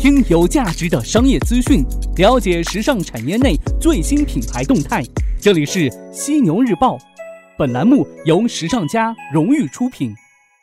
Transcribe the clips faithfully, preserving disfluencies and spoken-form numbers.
听有价值的商业资讯，了解时尚产业内最新品牌动态。这里是犀牛日报，本栏目由时尚家荣誉出品。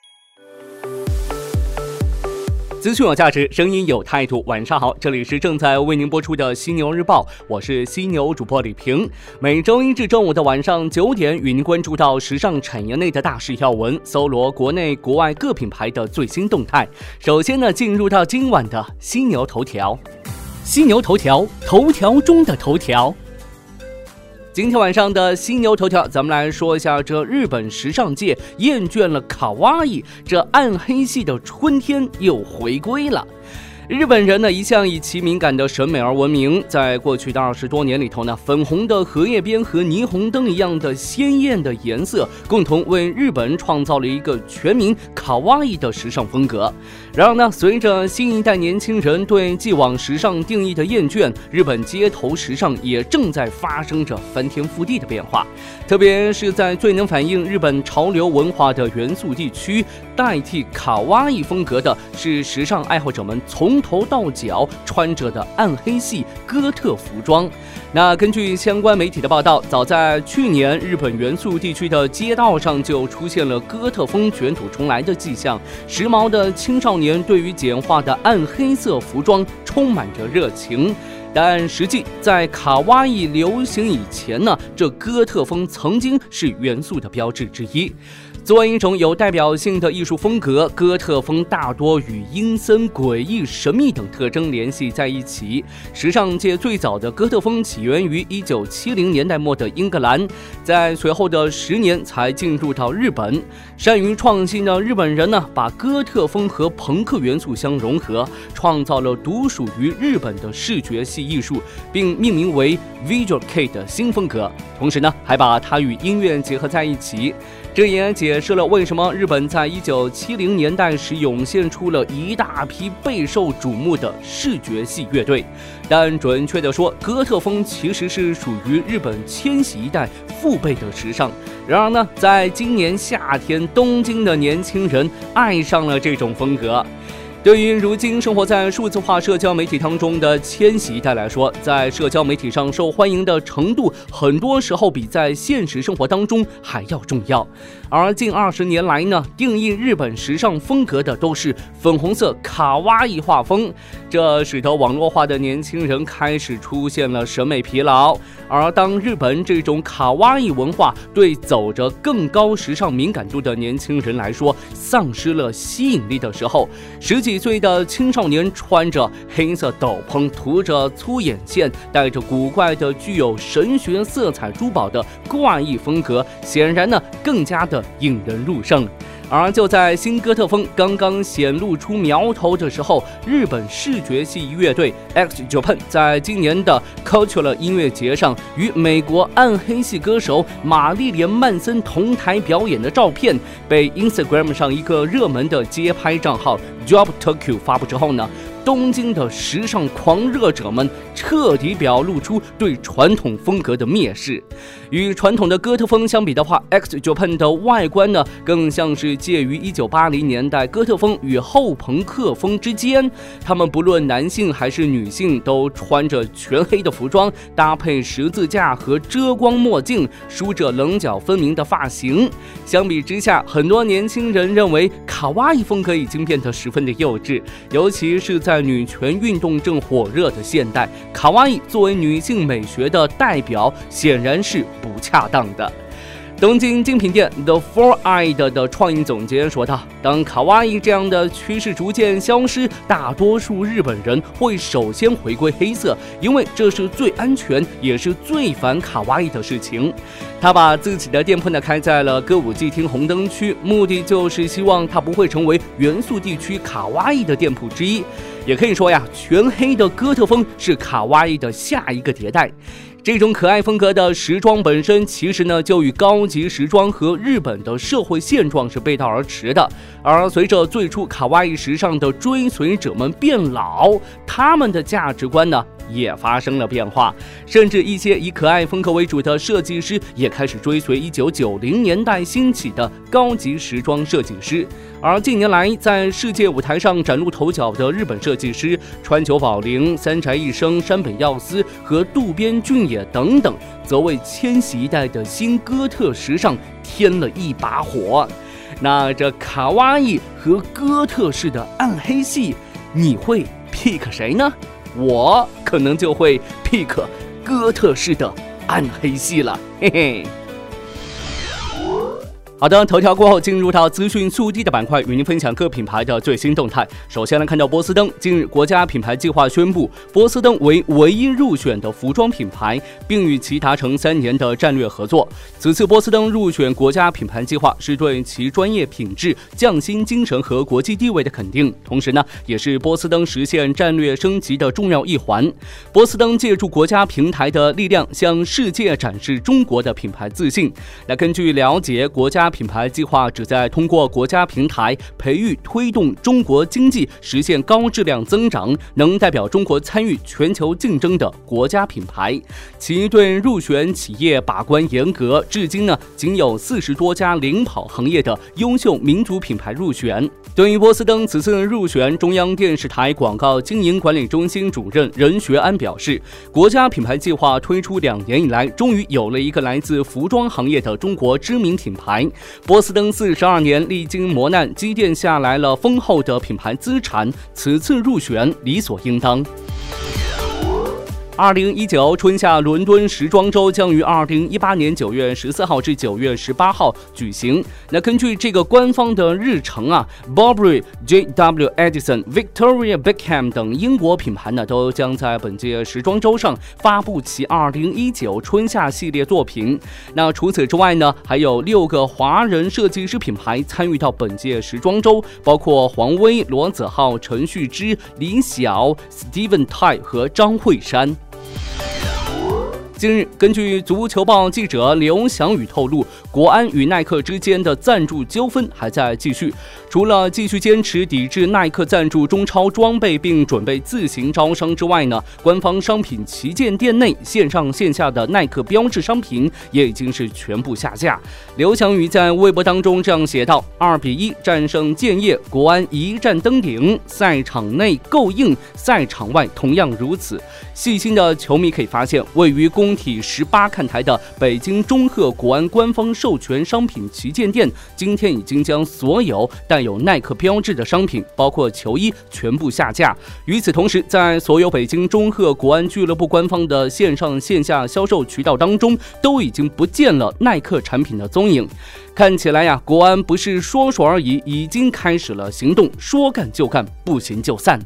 资讯有价值，声音有态度。晚上好，这里是正在为您播出的犀牛日报，我是犀牛主播李平。每周一至周五的晚上九点，与您关注到时尚产业内的大事要闻，搜罗国内国外各品牌的最新动态。首先呢，进入到今晚的犀牛头条。犀牛头条，头条中的头条。今天晚上的犀牛头条，咱们来说一下这日本时尚界厌倦了卡哇伊，这暗黑系的春天又回归了。日本人呢，一向以其敏感的审美而闻名，在过去的二十多年里头呢，粉红的荷叶边和霓虹灯一样的鲜艳的颜色，共同为日本创造了一个全民卡哇伊的时尚风格。然而呢，随着新一代年轻人对既往时尚定义的厌倦，日本街头时尚也正在发生着翻天覆地的变化。特别是在最能反映日本潮流文化的元素地区，代替卡哇伊风格的是时尚爱好者们从头到脚穿着的暗黑系哥特服装。那根据相关媒体的报道，早在去年，日本元素地区的街道上就出现了哥特风卷土重来的迹象。时髦的青少年对于简化的暗黑色服装充满着热情。但实际在卡哇伊流行以前呢，这哥特风曾经是元素的标志之一。作为一种有代表性的艺术风格，哥特风大多与阴森、诡异、神秘等特征联系在一起。时尚界最早的哥特风起源于一九七零年代末的英格兰，在随后的十年才进入到日本。善于创新的日本人呢，把哥特风和朋克元素相融合，创造了独属于日本的视觉系艺术，并命名为 Visual Kei 的新风格。同时呢，还把它与音乐结合在一起。这也解释了为什么日本在一九七零年代时涌现出了一大批备受瞩目的视觉系乐队。但准确地说，哥特风其实是属于日本千禧一代父辈的时尚。然而呢，在今年夏天，东京的年轻人爱上了这种风格。对于如今生活在数字化社交媒体当中的千禧一代来说，在社交媒体上受欢迎的程度，很多时候比在现实生活当中还要重要。而近二十年来呢，定义日本时尚风格的都是粉红色卡哇伊画风，这使得网络化的年轻人开始出现了审美疲劳。而当日本这种卡哇伊文化对走着更高时尚敏感度的年轻人来说丧失了吸引力的时候，实际几岁的青少年穿着黑色斗篷，涂着粗眼线，带着古怪的具有神学色彩珠宝的怪异风格，显然呢更加的引人入胜。而就在新哥特风刚刚显露出苗头的时候，日本视觉系乐队 X Japan 在今年的 Culture 音乐节上与美国暗黑系歌手玛丽莲曼森同台表演的照片，被 Instagram 上一个热门的街拍账号 Job Tokyo 发布之后呢，东京的时尚狂热者们彻底表露出对传统风格的蔑视。与传统的哥特风相比的话， X Japan 的外观呢，更像是介于一九八零年代哥特风与后朋克风之间。他们不论男性还是女性，都穿着全黑的服装，搭配十字架和遮光墨镜，梳着棱角分明的发型。相比之下，很多年轻人认为卡哇伊风格已经变得十分的幼稚，尤其是在女权运动正火热的现代，卡哇伊作为女性美学的代表，显然是不恰当的。东京精品店 The Four Eyed 的创意总监说道，当卡哇伊这样的趋势逐渐消失，大多数日本人会首先回归黑色，因为这是最安全也是最反卡哇伊的事情。他把自己的店铺呢开在了歌舞伎町红灯区，目的就是希望它不会成为元素地区卡哇伊的店铺之一。也可以说呀，全黑的哥特风是卡哇伊的下一个迭代。这种可爱风格的时装本身其实呢就与高级时装和日本的社会现状是背道而驰的。而随着最初卡哇伊时尚的追随者们变老，他们的价值观呢也发生了变化，甚至一些以可爱风格为主的设计师也开始追随一九九零年代兴起的高级时装设计师。而近年来在世界舞台上崭露头角的日本设计师川久保玲、三宅一生、山本耀司和渡边俊也等等，则为千禧一代的新哥特时尚添了一把火。那这卡哇伊和哥特式的暗黑系，你会 pick 谁呢？我可能就会 pick 哥特式的暗黑系了，嘿嘿。好的，头条过后进入到资讯速递的板块，与您分享各品牌的最新动态。首先来看到波司登，近日国家品牌计划宣布，波司登为唯一入选的服装品牌，并与其达成三年的战略合作。此次波司登入选国家品牌计划，是对其专业品质、匠心精神和国际地位的肯定，同时呢，也是波司登实现战略升级的重要一环。波司登借助国家平台的力量，向世界展示中国的品牌自信。来，根据了解，国家品牌计划旨在通过国家平台培育推动中国经济实现高质量增长，能代表中国参与全球竞争的国家品牌。其对入选企业把关严格，至今呢仅有四十多家领跑行业的优秀民族品牌入选。对于波司登此次入选，中央电视台广告经营管理中心主任任学安表示，国家品牌计划推出两年以来，终于有了一个来自服装行业的中国知名品牌。波司登四十二年历经磨难，积淀下来了丰厚的品牌资产，此次入选理所应当。二零一九春夏伦敦时装周将于二零一八年九月十四号至九月十八号举行。那根据这个官方的日程啊 ，Burberry、J W Edison、Victoria Beckham 等英国品牌呢，都将在本届时装周上发布其二零一九春夏系列作品。那除此之外呢，还有六个华人设计师品牌参与到本届时装周，包括黄威、罗子浩、陈旭之、李晓、Steven Tai 和张慧珊。近日，根据足球报记者刘翔宇透露，国安与耐克之间的赞助纠纷还在继续。除了继续坚持抵制耐克赞助中超装备并准备自行招商之外呢，官方商品旗舰店内线上线下的耐克标志商品也已经是全部下架。刘翔宇在微博当中这样写道：二比一战胜建业，国安一战登顶，赛场内够硬，赛场外同样如此。细心的球迷可以发现，位于工体十八看台的北京中赫国安官方授权商品旗舰店，今天已经将所有带有耐克标志的商品，包括球衣，全部下架。与此同时，在所有北京中赫国安俱乐部官方的线上线下销售渠道当中，都已经不见了耐克产品的踪影。看起来呀，国安不是说说而已，已经开始了行动，说干就干，不行就散。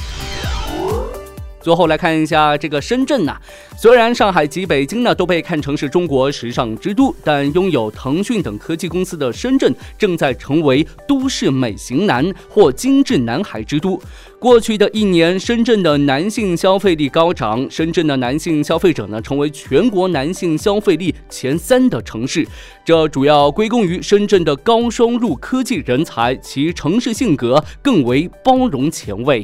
最后来看一下这个深圳呐、啊，虽然上海及北京呢都被看成是中国时尚之都，但拥有腾讯等科技公司的深圳正在成为都市美型男或精致男孩之都。过去的一年，深圳的男性消费力高涨，深圳的男性消费者呢成为全国男性消费力前三的城市，这主要归功于深圳的高收入科技人才，其城市性格更为包容前卫。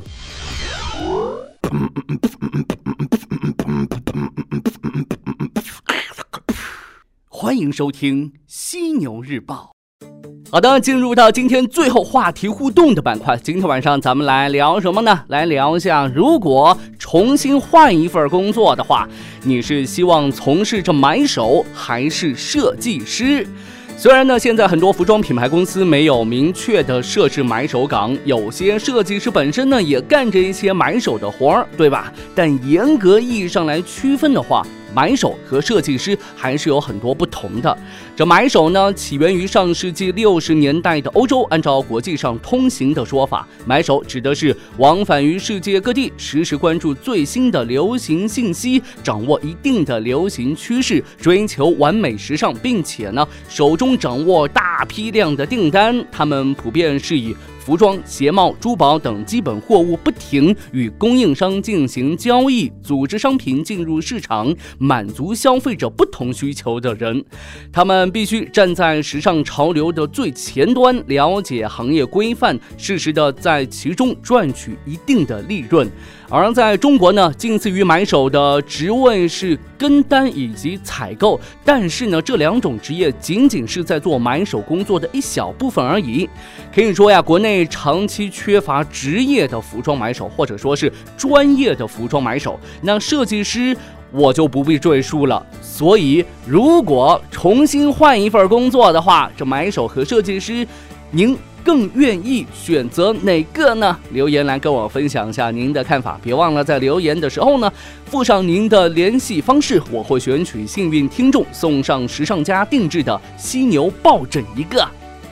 欢迎收听犀牛日报。好的，进入到今天最后话题互动的板块。今天晚上咱们来聊什么呢？来聊一下，如果重新换一份工作的话，你是希望从事着买手还是设计师？虽然呢，现在很多服装品牌公司没有明确的设置买手岗，有些设计师本身呢也干着一些买手的活儿，对吧？但严格意义上来区分的话，买手和设计师还是有很多不同的。这买手呢，起源于上世纪六十年代的欧洲。按照国际上通行的说法，买手指的是往返于世界各地，实时关注最新的流行信息，掌握一定的流行趋势，追求完美时尚，并且呢，手中掌握大大批量的订单，他们普遍是以服装、鞋帽、珠宝等基本货物不停与供应商进行交易，组织商品进入市场，满足消费者不同需求的人。他们必须站在时尚潮流的最前端，了解行业规范，适时的在其中赚取一定的利润。而在中国呢，近似于买手的职位是跟单以及采购，但是呢，这两种职业仅仅是在做买手工作的一小部分而已。可以说呀，国内长期缺乏职业的服装买手，或者说是专业的服装买手。那设计师我就不必赘述了。所以，如果重新换一份工作的话，这买手和设计师，您更愿意选择哪个呢？留言来跟我分享一下您的看法，别忘了在留言的时候呢，附上您的联系方式，我会选取幸运听众送上时尚家定制的犀牛抱枕一个。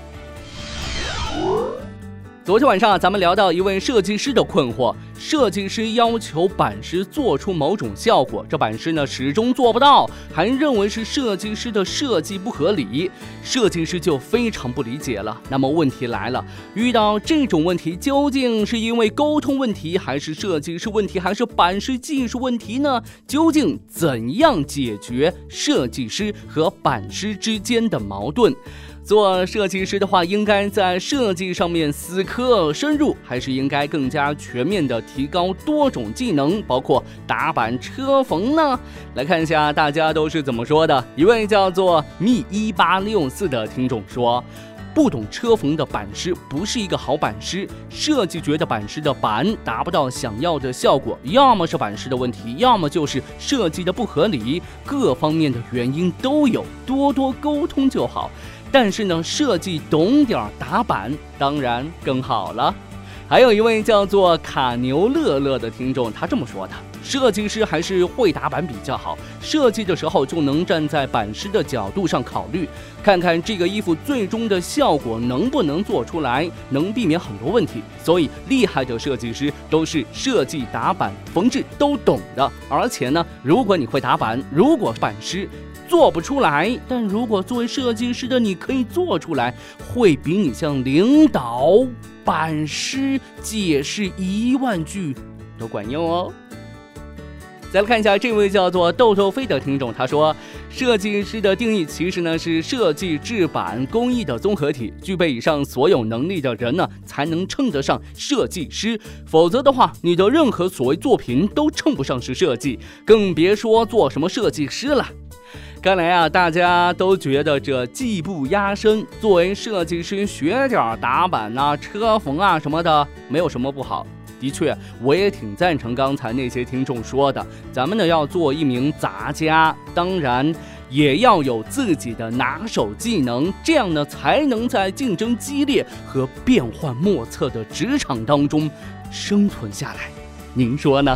昨天晚上咱们聊到一位设计师的困惑，设计师要求版师做出某种效果，这版师呢始终做不到，还认为是设计师的设计不合理，设计师就非常不理解了。那么问题来了，遇到这种问题，究竟是因为沟通问题，还是设计师问题，还是版师技术问题呢？究竟怎样解决设计师和版师之间的矛盾？做设计师的话，应该在设计上面死磕深入，还是应该更加全面的提高多种技能，包括打板、车缝呢？来看一下大家都是怎么说的。一位叫做密一八六四的听众说，不懂车缝的版师不是一个好版师，设计觉得版师的版达不到想要的效果，要么是版师的问题，要么就是设计的不合理，各方面的原因都有，多多沟通就好。但是呢，设计懂点打板当然更好了。还有一位叫做卡牛乐乐的听众，他这么说的，设计师还是会打板比较好，设计的时候就能站在版师的角度上考虑，看看这个衣服最终的效果能不能做出来，能避免很多问题。所以厉害的设计师都是设计、打板、缝制都懂的。而且呢，如果你会打板，如果版师做不出来，但如果作为设计师的你可以做出来，会比你向领导、版师解释一万句都管用哦。再来看一下这位叫做豆豆飞的听众，他说，设计师的定义其实呢是设计、制版、工艺的综合体，具备以上所有能力的人呢才能称得上设计师，否则的话，你的任何所谓作品都称不上是设计，更别说做什么设计师了。看来啊，大家都觉得这技不压身，作为设计师学点打板啊、车缝啊什么的，没有什么不好。的确，我也挺赞成刚才那些听众说的，咱们呢要做一名杂家，当然也要有自己的拿手技能，这样呢才能在竞争激烈和变幻莫测的职场当中生存下来。您说呢？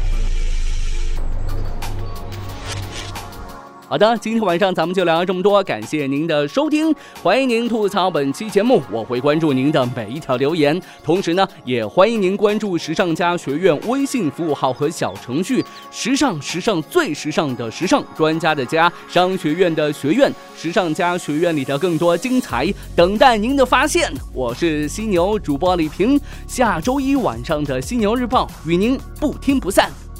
好的，今天晚上咱们就聊这么多，感谢您的收听，欢迎您吐槽本期节目，我会关注您的每一条留言，同时呢，也欢迎您关注时尚家学院微信服务号和小程序，时尚时尚最时尚的时尚，专家的家，商学院的学院，时尚家学院里的更多精彩等待您的发现。我是犀牛主播李平，下周一晚上的犀牛日报与您不听不散。